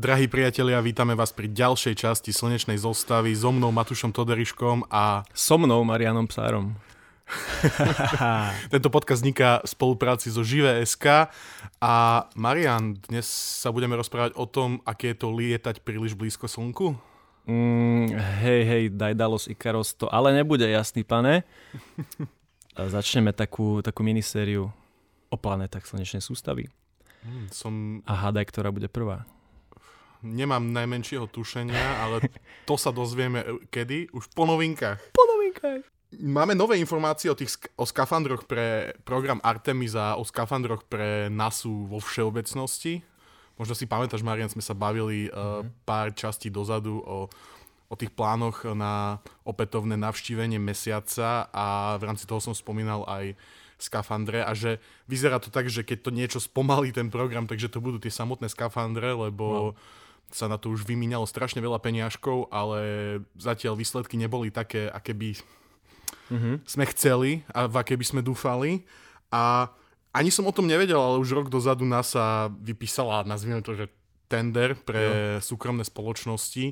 Drahí priatelia, vítame vás pri ďalšej časti Slnečnej zostavy so mnou Matúšom Toderiškom a so mnou Marianom Psárom. Tento podcast vzniká v spolupráci so Živé.sk a Marian, dnes sa budeme rozprávať o tom, aké je to lietať príliš blízko slnku. Hej, Daedalus Ikaros, to ale nebude, jasný pane. Začneme takú minisériu o planetách Slnečnej sústavy. A hádaj, ktorá bude prvá. Nemám najmenšieho tušenia, ale to sa dozvieme kedy? Už po novinkách. Máme nové informácie o skafandroch pre program Artemis a o skafandroch pre NASU vo všeobecnosti. Možno si pamätáš, Marian, sme sa bavili pár častí dozadu o tých plánoch na opätovné navštívenie mesiaca a v rámci toho som spomínal aj skafandre a že vyzerá to tak, že keď to niečo spomalí ten program, takže to budú tie samotné skafandre, lebo sa na to už vymíňalo strašne veľa peniažkov, ale zatiaľ výsledky neboli také, aké by sme chceli a v aké by sme dúfali. A ani som o tom nevedel, ale už rok dozadu NASA vypísala, nazvime to, že tender pre súkromné spoločnosti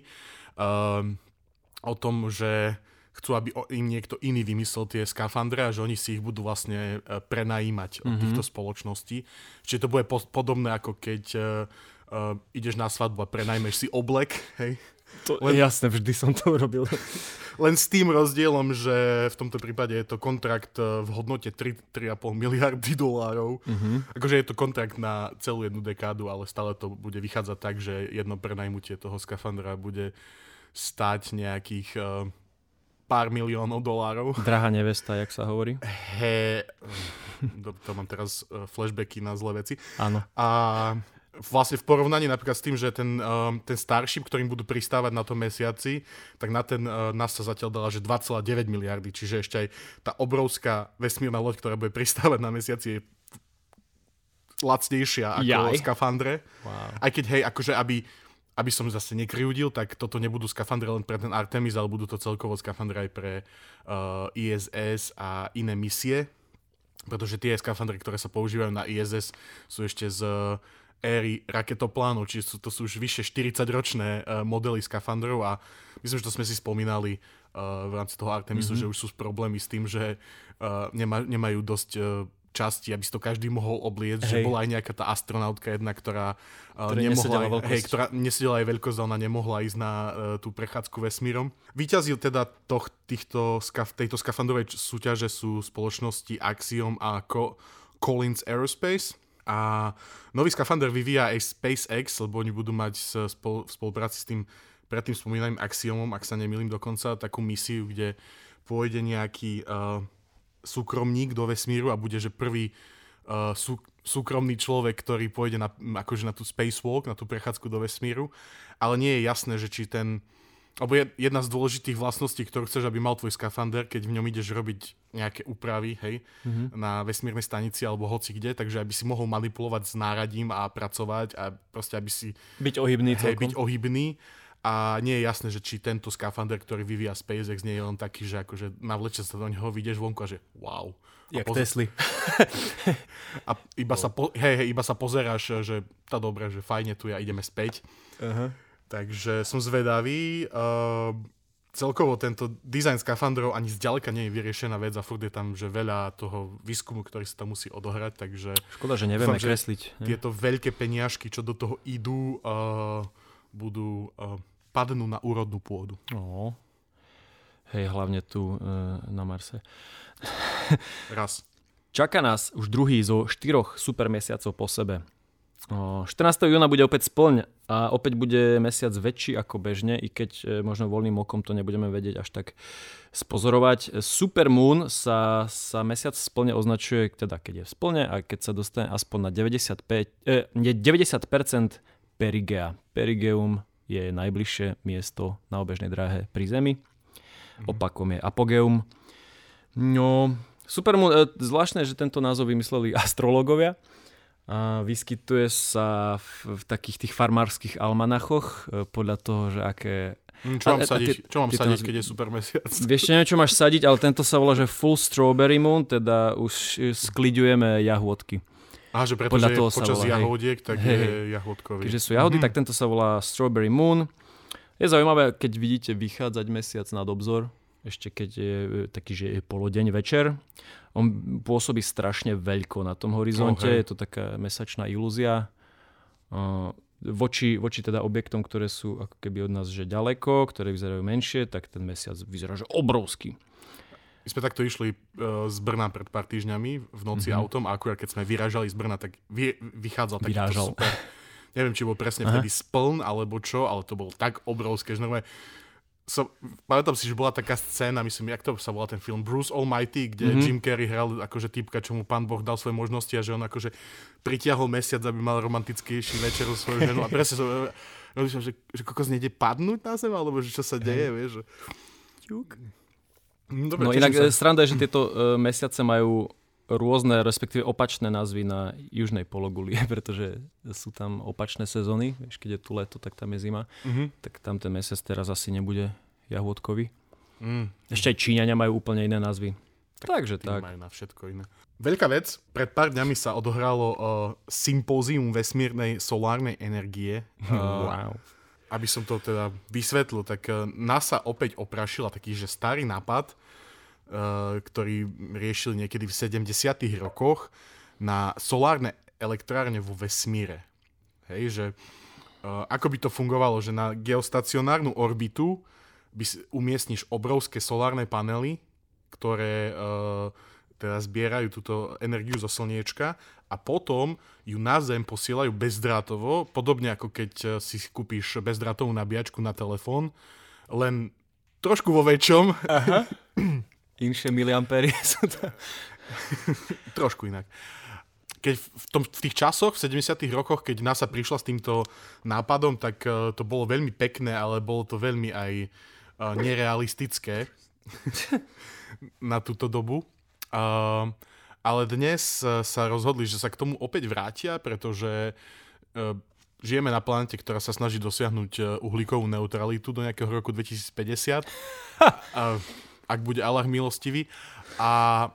o tom, že chcú, aby im niekto iný vymyslel tie skafandre a že oni si ich budú vlastne prenajímať od týchto spoločností. Čiže to bude podobné, ako keď ideš na svadbu a prenajmeš si oblek, hej? Jasne, vždy som to urobil. Len s tým rozdielom, že v tomto prípade je to kontrakt v hodnote 3,5 miliardy dolárov. Akože je to kontrakt na celú jednu dekádu, ale stále to bude vychádzať tak, že jedno prenajmutie toho skafandra bude stáť nejakých pár miliónov dolárov. Drahá nevesta, jak sa hovorí. To mám teraz flashbacky na zlé veci. Áno. A vlastne v porovnaní napríklad s tým, že ten Starship, ktorým budú pristávať na tom mesiaci, tak na ten NASA zatiaľ dala, že 2,9 miliardy, čiže ešte aj tá obrovská vesmírna loď, ktorá bude pristávať na mesiaci, je lacnejšia ako skafandre. Wow. Aj keď, hej, akože aby som zase nekryjúdil, tak toto nebudú skafandre len pre ten Artemis, ale budú to celkovo skafandre aj pre ISS a iné misie, pretože tie skafandre, ktoré sa používajú na ISS, sú ešte z éry raketoplánov, čiže to sú už vyše 40-ročné modely skafandrov a myslím, že to sme si spomínali v rámci toho Artemisu, že už sú problémy s tým, že nemajú dosť časti, aby si to každý mohol obliecť, že bola aj nejaká tá astronautka jedna, ktorá ktorá nesedela aj veľkosť, ona nemohla ísť na tú prechádzku vesmírom. Víťazil teda tejto skafandrovej súťaže sú spoločnosti Axiom a Collins Aerospace. A nový skafander vyvíja aj SpaceX, lebo oni budú mať v spolupráci s tým predtým spomínaným Axiomom, ak sa nemýlim dokonca, takú misiu, kde pôjde nejaký súkromník do vesmíru a bude, že prvý súkromný človek, ktorý pôjde na tú spacewalk, na tú prechádzku do vesmíru. Ale nie je jasné, že či alebo jedna z dôležitých vlastností, ktorú chceš, aby mal tvoj skafander, keď v ňom ideš robiť nejaké úpravy, hej, na vesmírnej stanici alebo hoci kde, takže aby si mohol manipulovať s náradím a pracovať a proste aby si byť ohybný. A nie je jasné, že či tento skafander, ktorý vyvíja SpaceX, nie je len taký, že akože navlečeš sa do neho, vyjdeš vonku a že wow. Jak Tesly. A iba sa pozeráš, že tá dobré, že fajne tu ja ideme späť. Takže som zvedavý. Celkovo tento dizajn skafandrov ani zďaleka nie je vyriešená vec a furt je tam že veľa toho výskumu, ktorý sa tam musí odohrať. Takže škoda, že nevieme kresliť. Tieto veľké peniažky, čo do toho idú, padnú na úrodnú pôdu. Hej, hlavne tu na Marse. Raz. Čaká nás už druhý zo 4 super mesiacov po sebe. 14. júna bude opäť splň a opäť bude mesiac väčší ako bežne, i keď možno voľným okom to nebudeme vedieť až tak spozorovať. Supermoon sa mesiac splne označuje, teda keď je v splne a keď sa dostane aspoň na 90% perigea. Perigeum je najbližšie miesto na obežnej dráhe pri Zemi. Opakom je apogeum. No, Supermoon, zvláštne, že tento názov vymysleli astrológovia. A vyskytuje sa v takých tých farmárskych almanachoch podľa toho, že aké... Čo mám sadiť, keď je super mesiac? Vieš, neviem, čo máš sadiť, ale tento sa volá, že Full Strawberry Moon, teda už skliďujeme jahôdky. Aha, že pretože toho počas volá, jahodiek, tak je jahodkový. Keďže sú jahody, tak tento sa volá Strawberry Moon. Je zaujímavé, keď vidíte vychádzať mesiac nad obzor, ešte keď je taký, že je polodeň večer. On pôsobí strašne veľko na tom horizonte, je to taká mesačná ilúzia. Voči teda objektom, ktoré sú ako keby od nás že ďaleko, ktoré vyzerajú menšie, tak ten mesiac vyzerá že obrovský. My sme takto išli z Brna pred pár týždňami v noci autom a akurát keď sme vyrážali z Brna, tak vychádzal takýto super. Neviem, či bol presne vtedy spln alebo čo, ale to bolo tak obrovské, že normálne pamätám si, že bola taká scéna, myslím, jak to sa volá ten film, Bruce Almighty, kde Jim Carrey hral akože typka, čo mu pán Boh dal svoje možnosti a že on akože pritiahol mesiac, aby mal romantickejší večer so svojou ženou a presne som že kokos nejde padnúť na zem, alebo že čo sa deje, vieš. Dobre, no inak sranda je, že tieto mesiace majú rôzne, respektíve opačné názvy na južnej pologuli, pretože sú tam opačné sezóny. Vieš, keď je tu leto, tak tam je zima. Tak tam ten mesiac teraz asi nebude jahôdkový. Ešte aj Číňania majú úplne iné názvy. Takže tak. Majú na všetko iné. Veľká vec. Pred pár dňami sa odohralo sympózium vesmírnej solárnej energie. Wow. Aby som to teda vysvetlil, tak NASA opäť oprašila taký, že starý nápad, ktorý riešili niekedy v 70. rokoch na solárne elektrárne vo vesmíre. Hej, že ako by to fungovalo, že na geostacionárnu orbitu umiestniš obrovské solárne panely, ktoré teda zbierajú túto energiu zo slniečka a potom ju na Zem posielajú bezdrátovo, podobne ako keď si kúpiš bezdrátovú nabíjačku na telefón, len trošku vo väčšom. Aha. Inšie miliampéry sú to. Trošku inak. Keď v tých časoch, v 70. rokoch, keď NASA prišla s týmto nápadom, tak to bolo veľmi pekné, ale bolo to veľmi aj nerealistické na túto dobu. Ale dnes sa rozhodli, že sa k tomu opäť vrátia, pretože žijeme na planete, ktorá sa snaží dosiahnuť uhlíkovú neutralitu do nejakého roku 2050. Ak bude Allah milostivý. A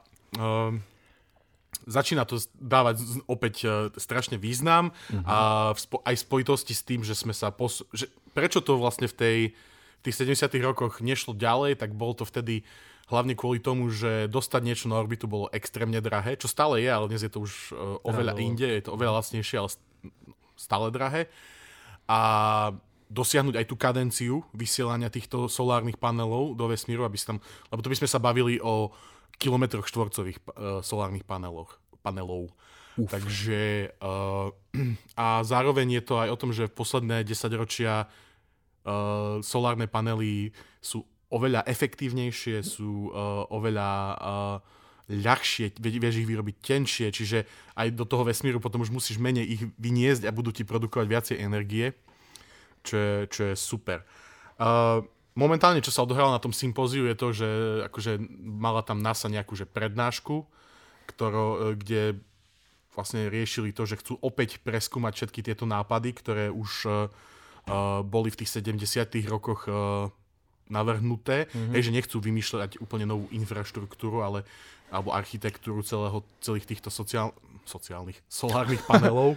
začína to dávať opäť strašne význam a aj v spojitosti s tým, že sme sa prečo to vlastne v tých 70. rokoch nešlo ďalej, tak bolo to vtedy hlavne kvôli tomu, že dostať niečo na orbitu bolo extrémne drahé, čo stále je, ale dnes je to už oveľa inde, je to oveľa lacnejšie, ale stále drahé. A dosiahnuť aj tú kadenciu vysielania týchto solárnych panelov do vesmíru, lebo to by sme sa bavili o kilometroch štvorcových solárnych panelov. Takže a zároveň je to aj o tom, že v posledné 10 ročia solárne panely sú oveľa efektívnejšie, sú oveľa ľahšie, vieš ich vyrobiť tenšie, čiže aj do toho vesmíru potom už musíš menej ich vyniesť a budú ti produkovať viacej energie, čo je super. Momentálne, čo sa odohralo na tom sympóziu, je to, že akože mala tam NASA nejakú prednášku, kde vlastne riešili to, že chcú opäť preskúmať všetky tieto nápady, ktoré už boli v tých 70. rokoch navrhnuté. Že nechcú vymýšľať úplne novú infraštruktúru, alebo architektúru celých týchto sociálnych solárnych panelov.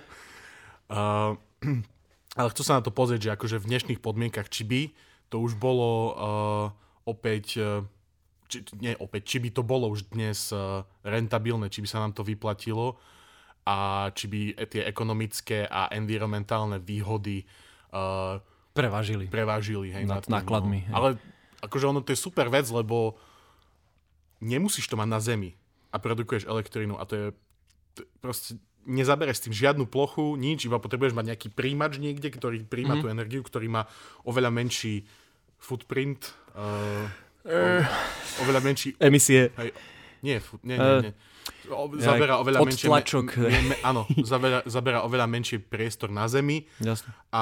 Ale chcú sa na to pozrieť, že akože v dnešných podmienkach, či by to už bolo či by to bolo už dnes rentabilné, či by sa nám to vyplatilo a či by tie ekonomické a environmentálne výhody prevážili nad nákladmi. Ale akože ono to je super vec, lebo nemusíš to mať na Zemi a produkuješ elektrínu a to je proste nezabereš s tým žiadnu plochu, nič, iba potrebuješ mať nejaký príjimač niekde, ktorý príjma tú energiu, ktorý má oveľa menší footprint, oveľa menší... Emisie. Nie. Zabera oveľa menšie... Odtlačok. Áno, zabera oveľa menší priestor na Zemi. Jasne. A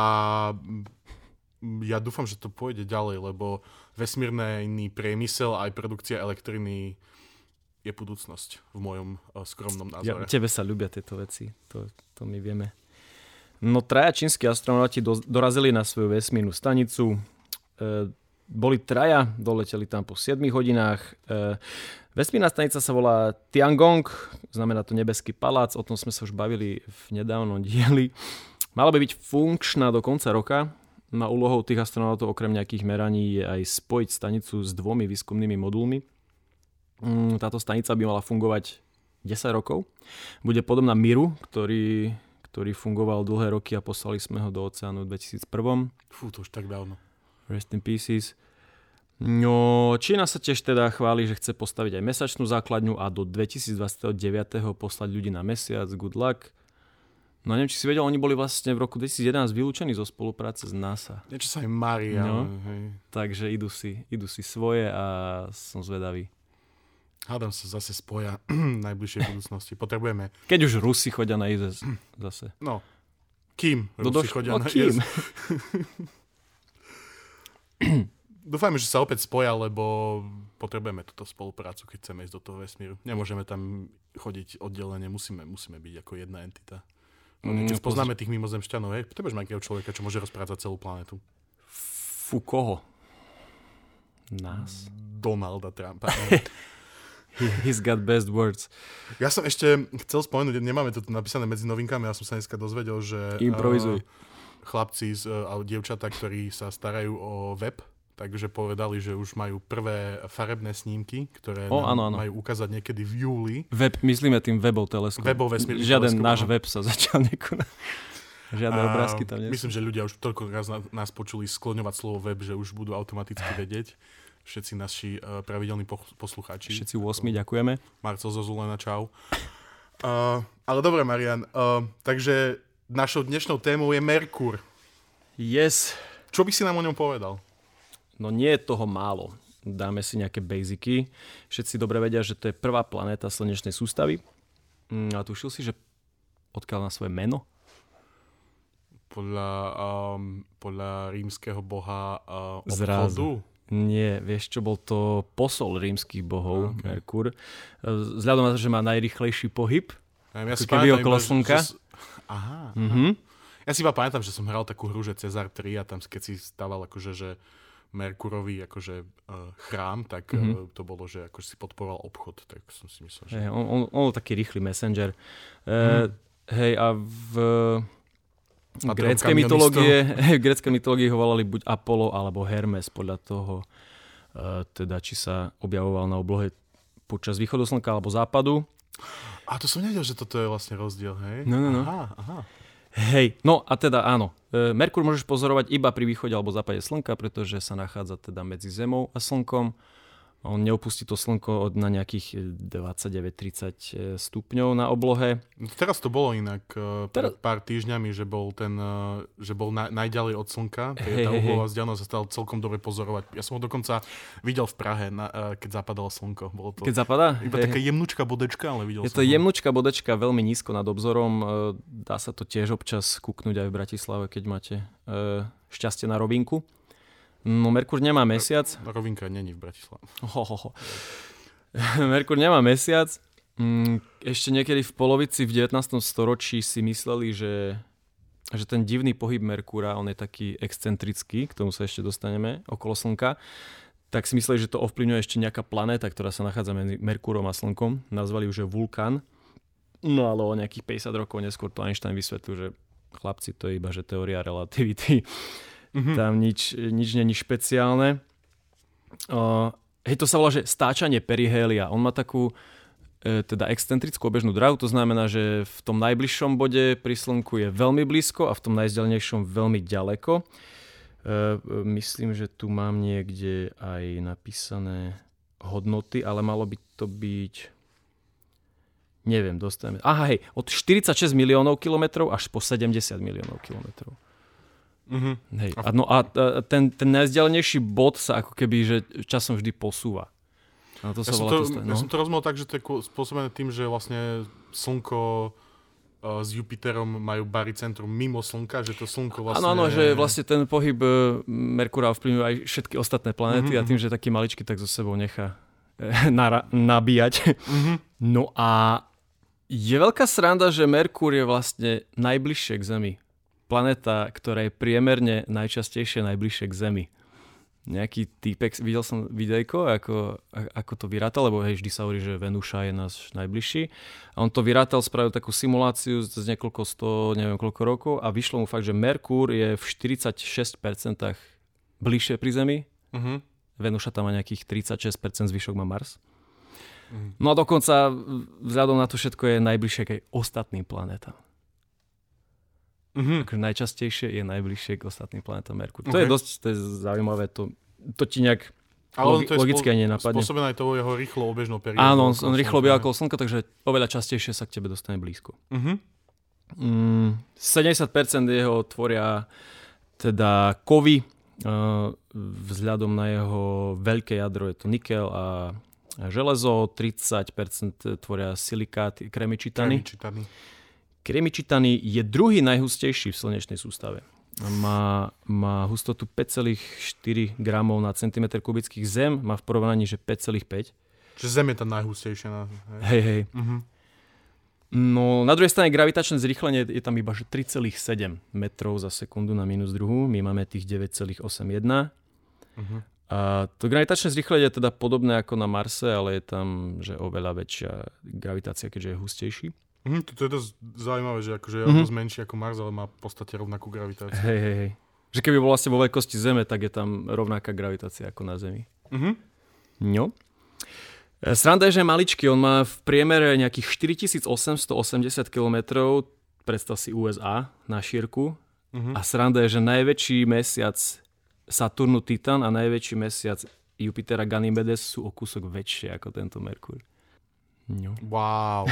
ja dúfam, že to pôjde ďalej, lebo vesmírny priemysel aj produkcia elektriny je budúcnosť v mojom skromnom názore. Tebe sa ľúbia tieto veci, to my vieme. No 3 čínski astronauti dorazili na svoju vesmírnu stanicu. boli traja, doleteli tam po 7 hodinách. Vesmírna stanica sa volá Tiangong, znamená to nebeský palác, o tom sme sa už bavili v nedávnom dieli. Mala by byť funkčná do konca roka. Na úlohou tých astronautov okrem nejakých meraní je aj spojiť stanicu s 2 výskumnými modulmi. Táto stanica by mala fungovať 10 rokov. Bude podobná Miru, ktorý fungoval dlhé roky a poslali sme ho do oceánu v 2001. Fú, to už tak dávno. Rest in pieces. No, Čína sa tiež teda chváli, že chce postaviť aj mesačnú základňu a do 2029. poslať ľudí na mesiac. Good luck. No neviem, či si vedel, oni boli vlastne v roku 2011 vylúčení zo spolupráce s NASA. Niečo sa im marí, no, ale hej. Takže idú si svoje a som zvedavý. Hádam sa zase spoja v najbližšej budúcnosti. Potrebujeme. Keď už Rusi chodia na ISS zase. No, kým Rusi chodia na kým? ISS. Dúfajme, že sa opäť spoja, lebo potrebujeme túto spoluprácu, keď chceme ísť do toho vesmíru. Nemôžeme tam chodiť oddelenie, musíme byť ako jedna entita. Keď poznáme tých mimozemšťanov, potrebuješ nejakého človeka, čo môže rozprávať celú planetu. Fú, koho? Nás. Donalda Trumpa. He's got best words. Ja som ešte chcel spomenúť, nemáme to napísané medzi novinkami, ja som sa dneska dozvedel, že improvizuj. Chlapci a dievčatá, ktorí sa starajú o web, takže povedali, že už majú prvé farebné snímky, ktoré majú ukázať niekedy v júli. Web, myslíme tým webov teleskop. Webov vesmírny Žiaden teleskop, náš web sa začal nekonať. Žiadne obrázky tam nie sú. Myslím, že ľudia už toľko raz nás počuli skloňovať slovo web, že už budú automaticky vedieť. Všetci naši pravidelní poslucháči. Všetci 8, ďakujeme. Marcel Zozulena, čau. Ale dobre, Marian. Takže našou dnešnou témou je Merkur. Yes. Čo by si nám o ňom povedal? No nie je toho málo. Dáme si nejaké basicy. Všetci dobre vedia, že to je prvá planéta slnečnej sústavy. A tušil si, že odkiaľ na svoje meno? Podľa rímskeho boha obchodu. Zrazu. Nie, vieš čo, bol to posol rímskych bohov, okay. Merkur. Vzhľadom na to, že má najrýchlejší pohyb, ja si keby okolo slnka. Aha. Mm-hmm. Ja si iba pamätám, že som hral takú hru, že Cezar 3 a tam keď si stával akože, že Merkurový akože chrám, tak to bolo, že akože si podporoval obchod, tak som si myslel, že... On bol taký rýchly messenger. Hej, a v gréckej mytológii ho volali buď Apollo alebo Hermes, podľa toho, teda či sa objavoval na oblohe počas východu slnka alebo západu. A to som nevedel, že toto je vlastne rozdiel, hej? No. Aha. Hej, no a teda áno. Merkur môžeš pozorovať iba pri východe alebo západe slnka, pretože sa nachádza teda medzi Zemou a slnkom. On neopustí to slnko na nejakých 29-30 stupňov na oblohe. Teraz to bolo inak pred pár týždňami, že bol najďalej od slnka. Tá uhlová vzdialenosť sa stala celkom dobre pozorovať. Ja som ho dokonca videl v Prahe, keď zapadalo slnko. Bolo to keď zapadá? Iba taká jemnúčka bodečka, ale videl som. Je to jemnúčka bodečka veľmi nízko nad obzorom. Dá sa to tiež občas kúknúť aj v Bratislave, keď máte šťastie na rovinku. No Merkur nemá mesiac. Rovinka není v Bratislave. Merkur nemá mesiac. Ešte niekedy v polovici v 19. storočí si mysleli, že ten divný pohyb Merkúra, on je taký excentrický, k tomu sa ešte dostaneme, okolo Slnka, tak si mysleli, že to ovplyvňuje ešte nejaká planéta, ktorá sa nachádza medzi Merkúrom a Slnkom. Nazvali ju, že vulkán. No ale o nejakých 50 rokov neskôr to Einstein vysvetlil, že chlapci, to je iba že teória relativity. Tam nič není špeciálne. To sa volá, že stáčanie perihélia. On má takú teda excentrickú obežnú dráhu, to znamená, že v tom najbližšom bode pri Slnku je veľmi blízko a v tom najzdialenejšom veľmi ďaleko. Myslím, že tu mám niekde aj napísané hodnoty, ale malo by to byť... Neviem, dostaneme... Aha, od 46 miliónov kilometrov až po 70 miliónov kilometrov. Hej. Ten najzdialenejší bod sa ako keby že časom vždy posúva. Ja som to rozumel tak, že to je spôsobené tým, že vlastne Slnko s Jupiterom majú barycentrum mimo Slnka, že to Slnko vlastne... Áno, že vlastne ten pohyb Merkúra ovplyvňuje aj všetky ostatné planéty a tým, že je taký maličký, tak so sebou nechá nabíjať. No a je veľká sranda, že Merkúr je vlastne najbližšie k Zemi. Planéta, ktorá je priemerne najčastejšie najbližšie k Zemi. nejaký týpek, videl som videjko, ako to vyrátal, lebo hej, vždy sa hovorí, že Venuša je náš najbližší. A on to vyrátal, spravil takú simuláciu z niekoľko 100, neviem koľko rokov a vyšlo mu fakt, že Merkúr je v 46% bližšie pri Zemi. Venuša tam má nejakých 36%, zvyšok má Mars. No a dokonca vzhľadom na to všetko je najbližšie k ostatným planetám. Akože najčastejšie je najbližšie k ostatným planetám Merkúr. To je zaujímavé, to ti nejak logicky aj nenapadne. Spôsobené aj toho jeho rýchlo obežnou periódou. Áno, on rýchlo obieha okolo Slnka, takže oveľa častejšie sa k tebe dostane blízko. 70% jeho tvoria teda kovy, vzhľadom na jeho veľké jadro je to nikel a železo, 30% tvoria silikáty, kremičitany. Kremičitany je druhý najhustejší v slnečnej sústave. Má hustotu 5,4 gramov na centimetr kubických, Zem má v porovnaní, že 5,5. Čiže Zem je tá najhustejšia. Hej. No, na druhej strane gravitačné zrýchlenie je tam iba že 3,7 metrov za sekundu na -2. My máme tých 9,81. A to gravitačné zrýchlenie je teda podobné ako na Marse, ale je tam že oveľa väčšia gravitácia, keďže je hustejší. To je dosť zaujímavé, že akože je dosť menší ako Mars, ale má v podstate rovnakú gravitáciu. Hej. Že keby bol vlastne vo veľkosti Zeme, tak je tam rovnaká gravitácia ako na Zemi. No. Sranda je, že je maličký. On má v priemere nejakých 4880 km, predstav si USA na šírku. A sranda je, že najväčší mesiac Saturnu Titan a najväčší mesiac Jupitera Ganymedes sú o kúsok väčšie ako tento Merkúr. No. Wow.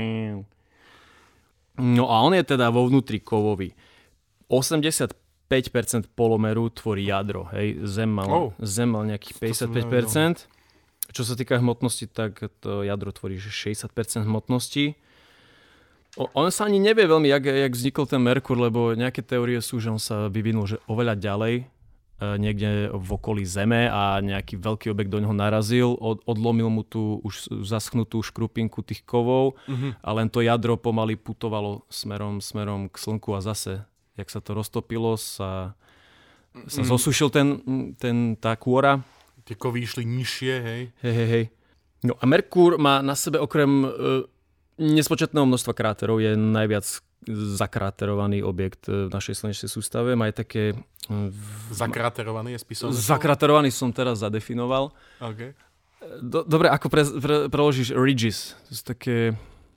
No a on je teda vo vnútri kovový. 85% polomeru tvorí jadro. Hej. Zem mal nejakých 55%. Čo sa týka hmotnosti, tak to jadro tvorí 60% hmotnosti. On sa ani nevie veľmi, jak vznikol ten Merkúr, lebo nejaké teórie sú, že on sa vyvinul že oveľa ďalej, niekde v okolí Zeme a nejaký veľký objekt do neho narazil, odlomil mu tú už zaschnutú škrupinku tých kovov a len to jadro pomaly putovalo smerom k Slnku a zase, jak sa to roztopilo, sa zosušil tá kôra. Tie kovy išli nižšie, hej? Hej. No a Merkúr má na sebe okrem nespočetného množstva kráterov, je najviac zakráterovaný objekt v našej slnečnej sústave. Má aj také... Zakráterovaný je spisovné? Zakráterovaný som teraz zadefinoval. Okay. Dobre, ako preložíš ridges? To sú také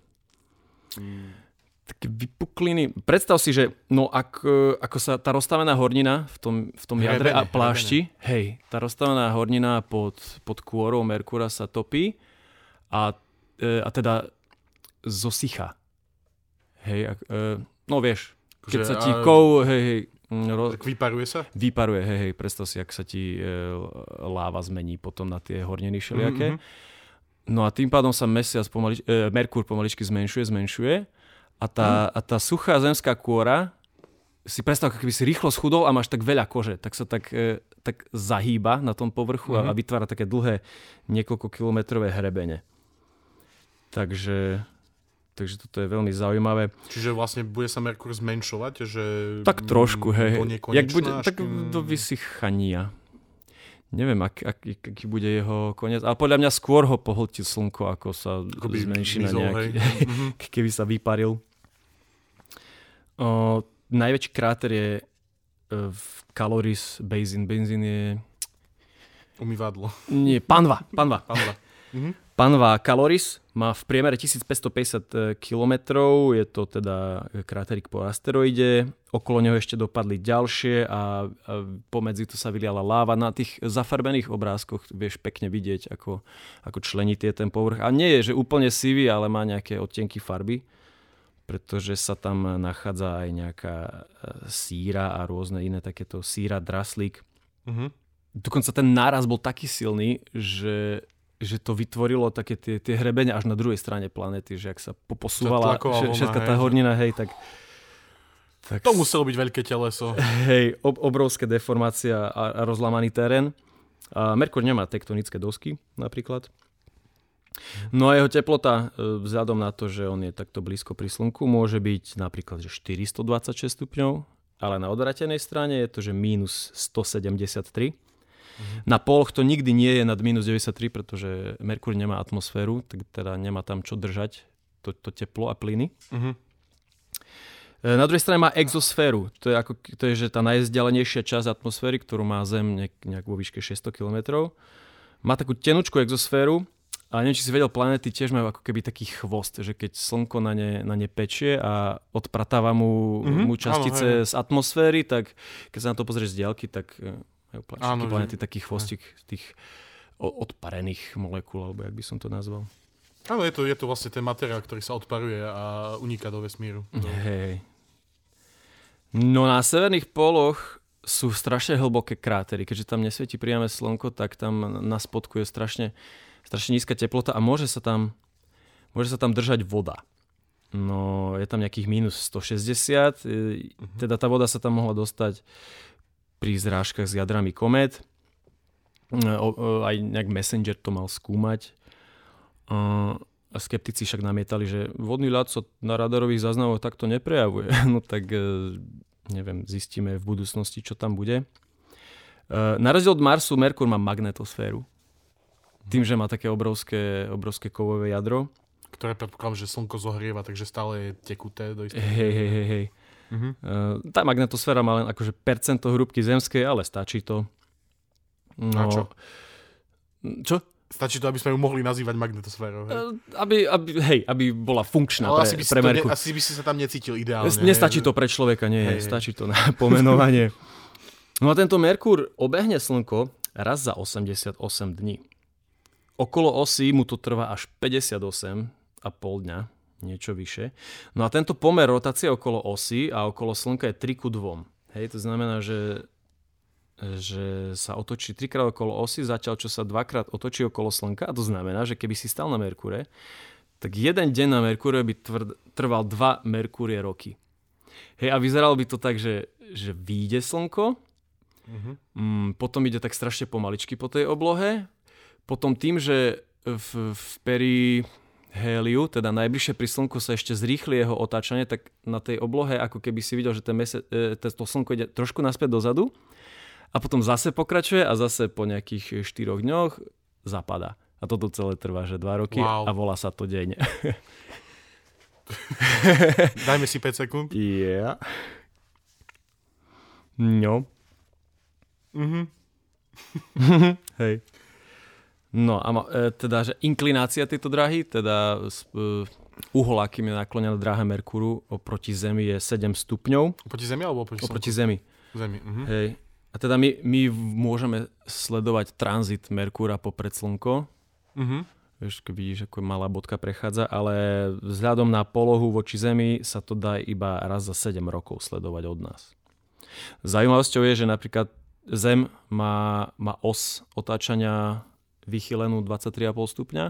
vypukliny. Predstav si, že ako sa tá rozstavená hornina v tom jadre a plášti, hej, tá rozstavená hornina pod kôrou Merkúra sa topí a teda zosycha. Hej, no vieš, keď sa ti vyparuje sa? Vyparuje, hej, predstav si, ak sa ti láva zmení potom na tie horniny všelijaké. No a tým pádom sa Merkúr pomaličky zmenšuje a tá suchá zemská kôra, si predstav, keby si rýchlo schudol a máš tak veľa kože, tak sa tak zahýba na tom povrchu a vytvára také dlhé niekoľko kilometrové hrebene. Takže toto je veľmi zaujímavé. Čiže vlastne bude sa Merkúr zmenšovať? Že tak trošku, hej. Jak bude, tak kým... do vysychania. Neviem, aký bude jeho koniec. Ale podľa mňa skôr ho pohltí Slnko, ako sa zmenší na nejaký... Keby sa vyparil. Najväčší kráter je v Caloris Basin. Benzín je... Umývadlo. Nie, Panva. Panva Caloris má v priemere 1550 km, je to teda kráterik po asteroide, okolo neho ešte dopadli ďalšie a pomedzi to sa vyliala láva. Na tých zafarbených obrázkoch vieš pekne vidieť, ako členitý je ten povrch. A nie je, že úplne sivý, ale má nejaké odtienky farby, pretože sa tam nachádza aj nejaká síra a rôzne iné takéto síra, draslík. Dokonca ten náraz bol taký silný, že to vytvorilo také tie hrebene až na druhej strane planety, že ak sa poposúvala všetka tá hornina, hej, tak to muselo byť veľké teleso. Hej, obrovské deformácia a rozlamaný terén. A Merkúr nemá tektonické dosky, napríklad. No a jeho teplota, vzhľadom na to, že on je takto blízko pri Slnku, môže byť napríklad že 426 stupňov, ale na odvratenej strane je to, že -173. Na póloch to nikdy nie je nad minus 93, pretože Merkur nemá atmosféru, tak teda nemá tam čo držať to teplo a plyny. Na druhej strane má exosféru. To je že tá najvzdialenejšia časť atmosféry, ktorú má Zem nejak vo výške 600 km. Má takú tenučku exosféru a neviem, či si vedel, planéty tiež majú ako keby taký chvost, že keď slnko na ne pečie a odpratáva mu častice z atmosféry, tak keď sa na to pozrieš z diaľky, tak majú planéty taký chvostík tých odparených molekúl, alebo jak by som to nazval. Áno, je to vlastne ten materiál, ktorý sa odparuje a uniká do vesmíru. Hej. No na severných póloch sú strašne hlboké krátery. Keďže tam nesvieti priame slnko, tak tam na spodku je strašne nízka teplota a môže sa tam držať voda. No je tam nejakých minus 160, teda tá voda sa tam mohla dostať pri zrážkach s jadrami komét. Aj nejak Messenger to mal skúmať. A skeptici však namietali, že vodný ľad sa na radarových záznamoch takto neprejavuje. No tak neviem, zistíme v budúcnosti, čo tam bude. Na rozdiel od Marsu, Merkur má magnetosféru. Tým, že má také obrovské kovové jadro. Ktoré predpokladám, že slnko zohrieva, takže stále je tekuté do istého. Hej. Tá magnetosféra má len akože percento hrúbky zemskej, ale stačí to. No, a čo? Čo? Stačí to, aby sme ju mohli nazývať magnetosférou. Aby bola funkčná ale pre Merkur. Asi by si sa tam necítil ideálne. Nestačí to pre človeka, stačí to na pomenovanie. No a tento Merkur obehne Slnko raz za 88 dní. Okolo osy mu to trvá až 58,5 dňa, niečo vyše. No a tento pomer rotácie okolo osy a okolo Slnka je 3:2. Hej, to znamená, že sa otočí 3-krát okolo osy, zatiaľ čo sa 2-krát otočí okolo Slnka. A to znamená, že keby si stal na Merkúre, tak jeden deň na Merkúre by trval 2 Merkúrie roky. Hej, a vyzeralo by to tak, že vyjde Slnko, potom ide tak strašne pomaličky po tej oblohe, potom tým, že v periheliu, teda najbližšie pri Slnku sa ešte zrýchli jeho otáčanie, tak na tej oblohe, ako keby si videl, že to Slnko ide trošku naspäť dozadu a potom zase pokračuje a zase po nejakých 4 dňoch zapadá. A toto celé trvá, že 2 roky a volá sa to deň. Dajme si 5 sekúnd. Yeah. No. Hej. No a teda, že inklinácia tejto dráhy, teda uhol, akým je naklonená dráha Merkúru oproti Zemi je 7 stupňov. Oproti Zemi alebo oproti Zemi? Zemi. Hej. A teda my môžeme sledovať tranzit Merkúra popred Slnko. Vieš, keď vidíš, ako malá bodka prechádza, ale vzhľadom na polohu voči Zemi sa to dá iba raz za 7 rokov sledovať od nás. Zaujímavosťou je, že napríklad Zem má os otáčania vychylenú 23,5 stupňa,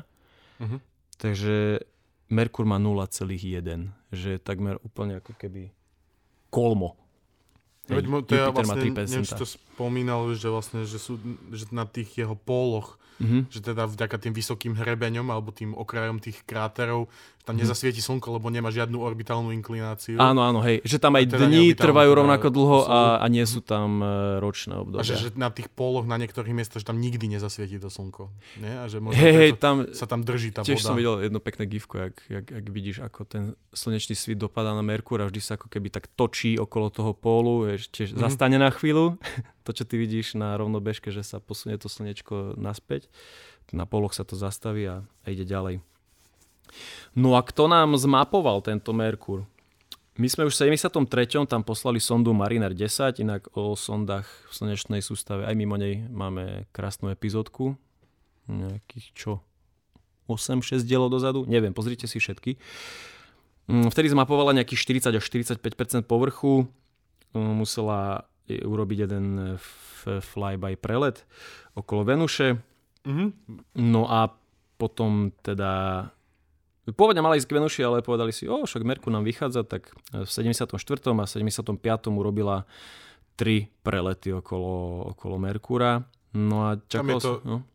takže Merkur má 0,1, že je takmer úplne ako keby kolmo. Hej, to ja vlastne, neviem, či to spomínal, že vlastne, že na tých jeho póloch, že teda vďaka tým vysokým hrebeňom alebo tým okrajom tých kráterov tam nezasvieti slnko, lebo nemá žiadnu orbitálnu inklináciu. Áno, hej, že tam aj teda dni trvajú rovnako dlho a nie sú tam ročné obdobia. A že na tých póloch na niektorých miestach, že tam nikdy nezasvieti to slnko. Nie? A že možno tam sa tam drží tá tiež voda. Som videl jedno pekné gifko, jak vidíš, ako ten slnečný svit dopadá na Merkur a vždy sa ako keby tak točí okolo toho pólu, tiež zastane na chvíľu. To, čo ty vidíš na rovnobežke, že sa posunie to slnečko naspäť. Na póloch sa to zastaví a ide ďalej. No a kto nám zmapoval tento Merkur? My sme už v 73. tam poslali sondu Mariner 10, inak o sondách v slnečnej sústave aj mimo nej máme krásnu epizódku. Nejakých 8-6 dielov dozadu? Neviem, pozrite si všetky. Vtedy zmapovala nejakých 40 až 45% povrchu. Musela urobiť jeden flyby prelet okolo Venuše. No a potom teda pôvodne mala ísť k Venuši, ale povedali si, však Merkur nám vychádza, tak v 74. a 75. urobila 3 prelety okolo Merkúra. No a čakalo sa...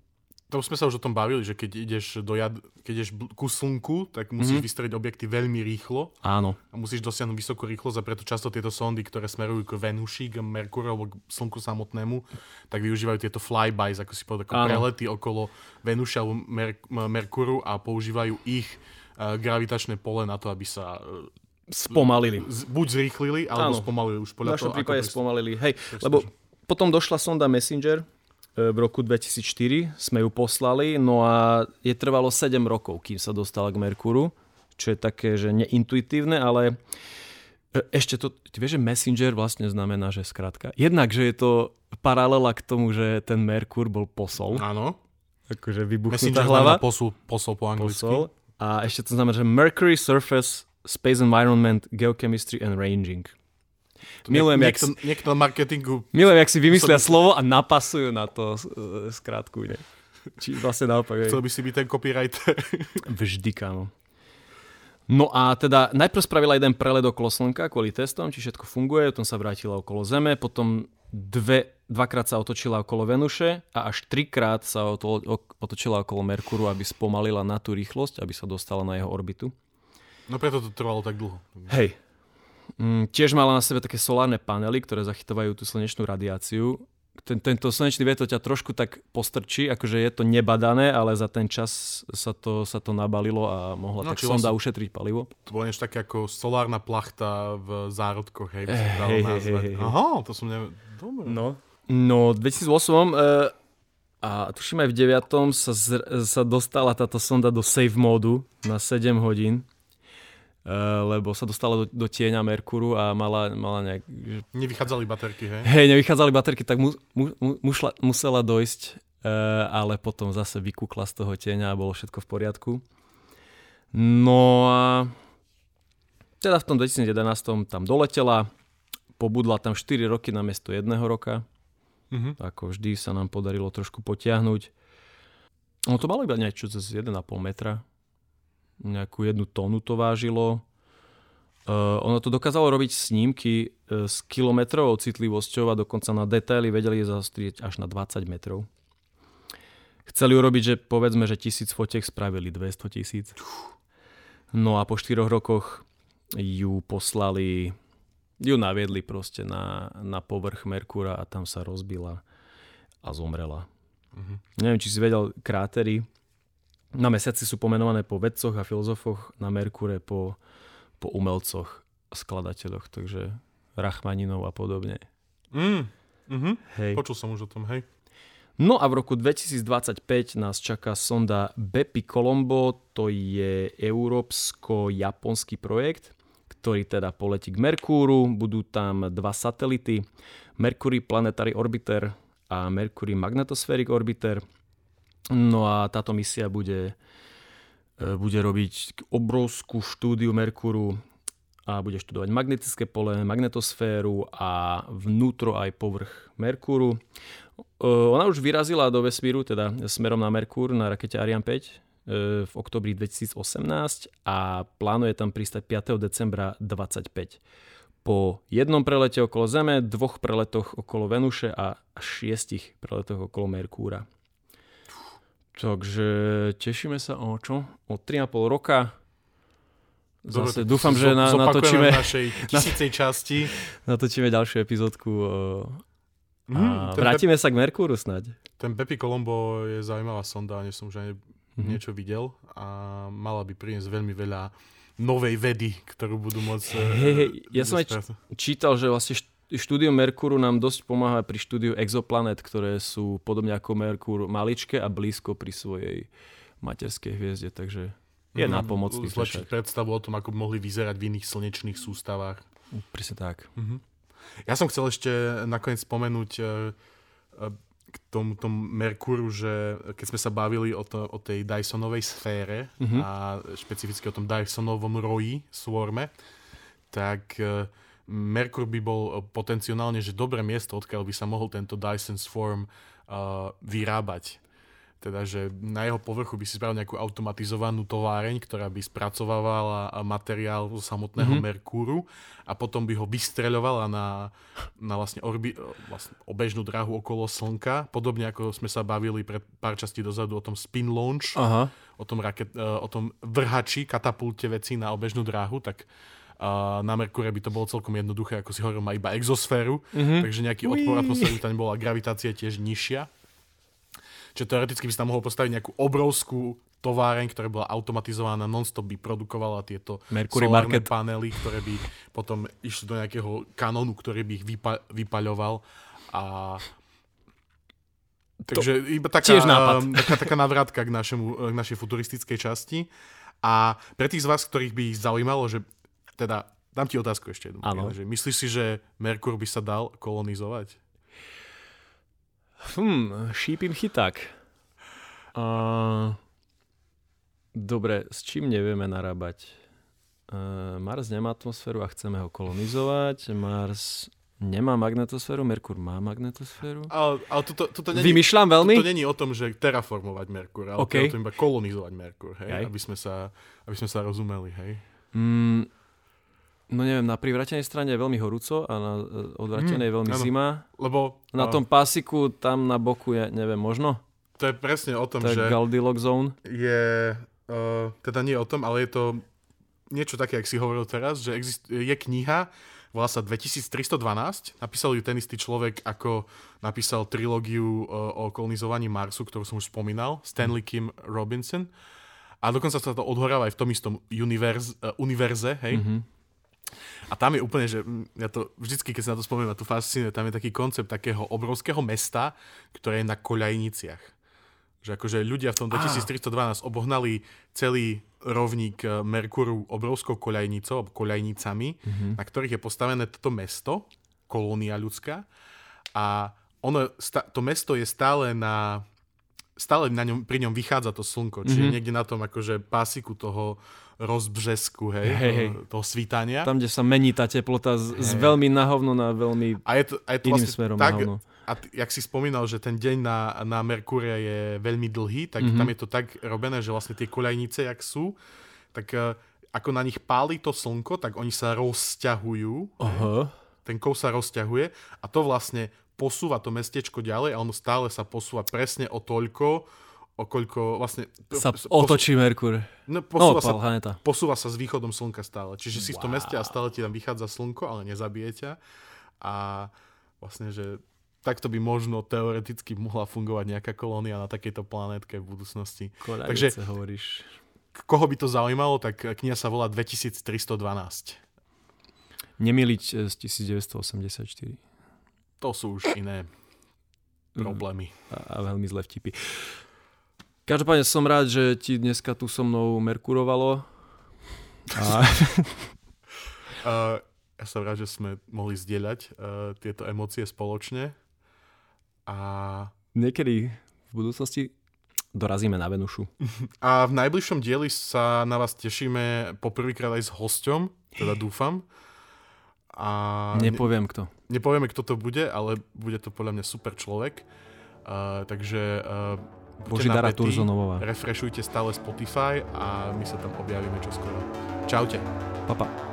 To sme sa už o tom bavili, že keď ideš ku slnku, tak musíš vystreliť objekty veľmi rýchlo. Áno. A musíš dosiahnuť vysokú rýchlosť a preto často tieto sondy, ktoré smerujú k Venuši, k Merkúru alebo k slnku samotnému, tak využívajú tieto flybys, ako si povedal, ako prelety okolo Venuše alebo Merkúru a používajú ich gravitačné pole na to, aby sa spomalili. Buď zrýchlili, alebo spomalili už podľa toho. V našom prípade spomalili. Hej, lebo potom došla sonda Messenger v roku 2004, sme ju poslali, no a je trvalo 7 rokov, kým sa dostala k Merkúru, čo je také, že neintuitívne, ale ešte to, vieš, že Messenger vlastne znamená, že skrátka. Jednak, že je to paralela k tomu, že ten Merkúr bol posol. Áno. Akože vybuchnutá Messenger hlava. Posol po anglicky. Posol. A ešte to znamená, že Mercury Surface Space Environment Geochemistry and Ranging. Niekto marketingu... Milujem, jak si vymyslia slovo a napasujú na to skrátku. Ne? Či vlastne naopak. Chcel by si byť ten copywriter. Vždy, kámo. No a teda najprv spravila jeden prelet okolo Slnka kvôli testom, či všetko funguje, potom sa vrátila okolo Zeme, potom dvakrát sa otočila okolo Venuše a až 3-krát sa otočila okolo Merkúru, aby spomalila na tú rýchlosť, aby sa dostala na jeho orbitu. No preto to trvalo tak dlho. Hej. Tiež mala na sebe také solárne panely, ktoré zachytávajú tú slnečnú radiáciu. Tento slnečný vietor ťa trošku tak postrčí, akože je to nebadané, ale za ten čas sa to nabalilo a mohla tak sonda ušetriť palivo. To bolo niečo také ako solárna plachta v zárodkoch, hej. Aha, to som Dobre. No, 2008 a tuším aj v 9. sa dostala táto sonda do safe módu na 7 hodín. Lebo sa dostala do tieňa Merkúru a mala nejak... Nevychádzali baterky, hej? Hej, nevychádzali baterky, tak musela dojsť, ale potom zase vykúkla z toho tieňa a bolo všetko v poriadku. No a teda v tom 2011 tam doletela, pobudla tam 4 roky namiesto 1 roka. Ako vždy sa nám podarilo trošku potiahnuť. No to malo iba niečo cez 1,5 metra. Nejakú 1 tónu to vážilo. Ono to dokázalo robiť snímky s kilometrovou citlivosťou a dokonca na detaily vedeli zaostrieť až na 20 metrov. Chceli urobiť, že povedzme, že 1000 fotiek spravili 200 000. No a po 4 rokoch ju naviedli proste na povrch Merkúra a tam sa rozbila a zomrela. Neviem, či si vedel, krátery na Mesiaci sú pomenované po vedcoch a filozofoch, na Merkúre po umelcoch a skladateľoch, takže Rachmaninov a podobne. Hej. Počul som už o tom, hej. No a v roku 2025 nás čaká sonda Bepi Colombo, to je európsko-japonský projekt, ktorý teda poletí k Merkúru, budú tam 2 satelity, Mercury Planetary Orbiter a Mercury Magnetospheric Orbiter. No a táto misia bude robiť obrovskú štúdiu Merkúru a bude študovať magnetické pole, magnetosféru a vnútro aj povrch Merkúru. Ona už vyrazila do vesmíru, teda smerom na Merkúr na rakete Ariane 5 v októbri 2018 a plánuje tam pristať 5. decembra 2025. Po 1 prelete okolo Zeme, 2 preletoch okolo Venuše a 6 preletoch okolo Merkúra. Takže tešíme sa o 3,5 roka. Zase dúfam, že natočíme v našej 1000. časti. Natočíme ďalšiu epizódku a vrátime sa k Merkúru snáď. Ten Bepi Colombo je zaujímavá sonda, než som už niečo videl a mala by priniesť veľmi veľa novej vedy, ktorú budú môcť... Ja som aj čítal, že vlastne štúdium Merkúru nám dosť pomáha pri štúdiu exoplanet, ktoré sú podobne ako Merkúr maličké a blízko pri svojej materskej hviezde, takže je nápomocný. Zlepšiť predstavu o tom, ako by mohli vyzerať v iných slnečných sústavách. Presne tak. Ja som chcel ešte nakoniec spomenúť k tomu Merkúru, že keď sme sa bavili o tej Dysonovej sfére a špecificky o tom Dysonovom roji, swarme, tak Merkúr by bol potenciálne, že dobré miesto, odkiaľ by sa mohol tento Dyson Swarm vyrábať. teda, že na jeho povrchu by si spravil nejakú automatizovanú továreň, ktorá by spracovávala materiál zo samotného Merkúru a potom by ho vystreľovala na vlastne obežnú dráhu okolo Slnka. Podobne ako sme sa bavili pred pár častí dozadu o tom spin launch, o tom vrhači, katapulte vecí na obežnú dráhu, tak na Merkúre by to bolo celkom jednoduché, ako si hovoril, má iba exosféru, takže nejaký odpor atmosféry tam bola, gravitácia tiež nižšia. Čiže teoreticky by si tam mohol postaviť nejakú obrovskú továreň, ktorá bola automatizovaná, non-stop by produkovala tieto Mercury solárne Market. panely, ktoré by potom išli do nejakého kanónu, ktorý by ich vypaľoval. Takže iba taká navrátka k našej futuristickej časti. A pre tých z vás, ktorých by zaujímalo, že teda, dám ti otázku ešte jednu. Že myslíš si, že Merkur by sa dal kolonizovať? Šípim chyták. Dobre, s čím nevieme narábať? Mars nemá atmosféru a chceme ho kolonizovať. Mars nemá magnetosféru, Merkur má magnetosféru. Ale toto vymýšľam veľmi? To není o tom, že terraformovať Merkur, ale to je o tom iba kolonizovať Merkur, hej? Aby sme sa rozumeli, hej? No neviem, na privrátenej strane je veľmi horúco a na odvrátenej je veľmi zima. Lebo na tom pásiku tam na boku je, neviem, možno? To je presne o tom, že... To je Goldilocks zone? Je, teda nie o tom, ale je to niečo také, jak si hovoril teraz, že je kniha, volá sa 2312, napísal ju ten istý človek, ako napísal trilógiu o kolonizovaní Marsu, ktorú som už spomínal, Stanley Kim Robinson. A dokonca sa to odhoráva aj v tom istom univerze, hej? A tam je úplne, že ja to vždycky, keď sa na to spomínam, to fascinuje, tam je taký koncept takého obrovského mesta, ktoré je na koľajniciach. Že akože ľudia v tom 2312 obohnali celý rovník Merkúru obrovskou koľajnicou, koľajnicami, na ktorých je postavené toto mesto, kolónia ľudská. A to mesto je stále pri ňom vychádza to slnko, čiže niekde na tom akože pásiku toho rozbřesku, toho svítania. Tam, kde sa mení tá teplota z veľmi na hovno na veľmi iným smerom tak, na hovno. A jak si spomínal, že ten deň na Merkúre je veľmi dlhý, tak tam je to tak robené, že vlastne tie koľajnice, jak sú, tak ako na nich páli to slnko, tak oni sa rozťahujú. Ten kov sa rozťahuje a to vlastne posúva to mestečko ďalej a ono stále sa posúva presne o toľko, koľko vlastne... otočí Merkur. Posúva sa s východom slnka stále. Čiže si v tom meste a stále ti tam vychádza slnko, ale nezabije ťa. A vlastne, že takto by možno teoreticky mohla fungovať nejaká kolónia na takejto planétke v budúcnosti. Takže hovoríš. Koho by to zaujímalo, tak kniha sa volá 2312. Nemýliť z 1984. To sú už iné problémy. A veľmi zlé vtipy. Každopádne som rád, že ti dneska tu so mnou merkurovalo. Ja som rád, že sme mohli zdieľať tieto emócie spoločne. A niekedy v budúcnosti dorazíme na Venušu. A v najbližšom dieli sa na vás tešíme poprvýkrát aj s hosťom, teda dúfam. A nepoviem kto. Nepovieme, kto to bude, ale bude to podľa mňa super človek. Takže Božidara Turzonovová. Refreshujte stále Spotify a my sa tam objavíme čoskoro. Čaute. Pa.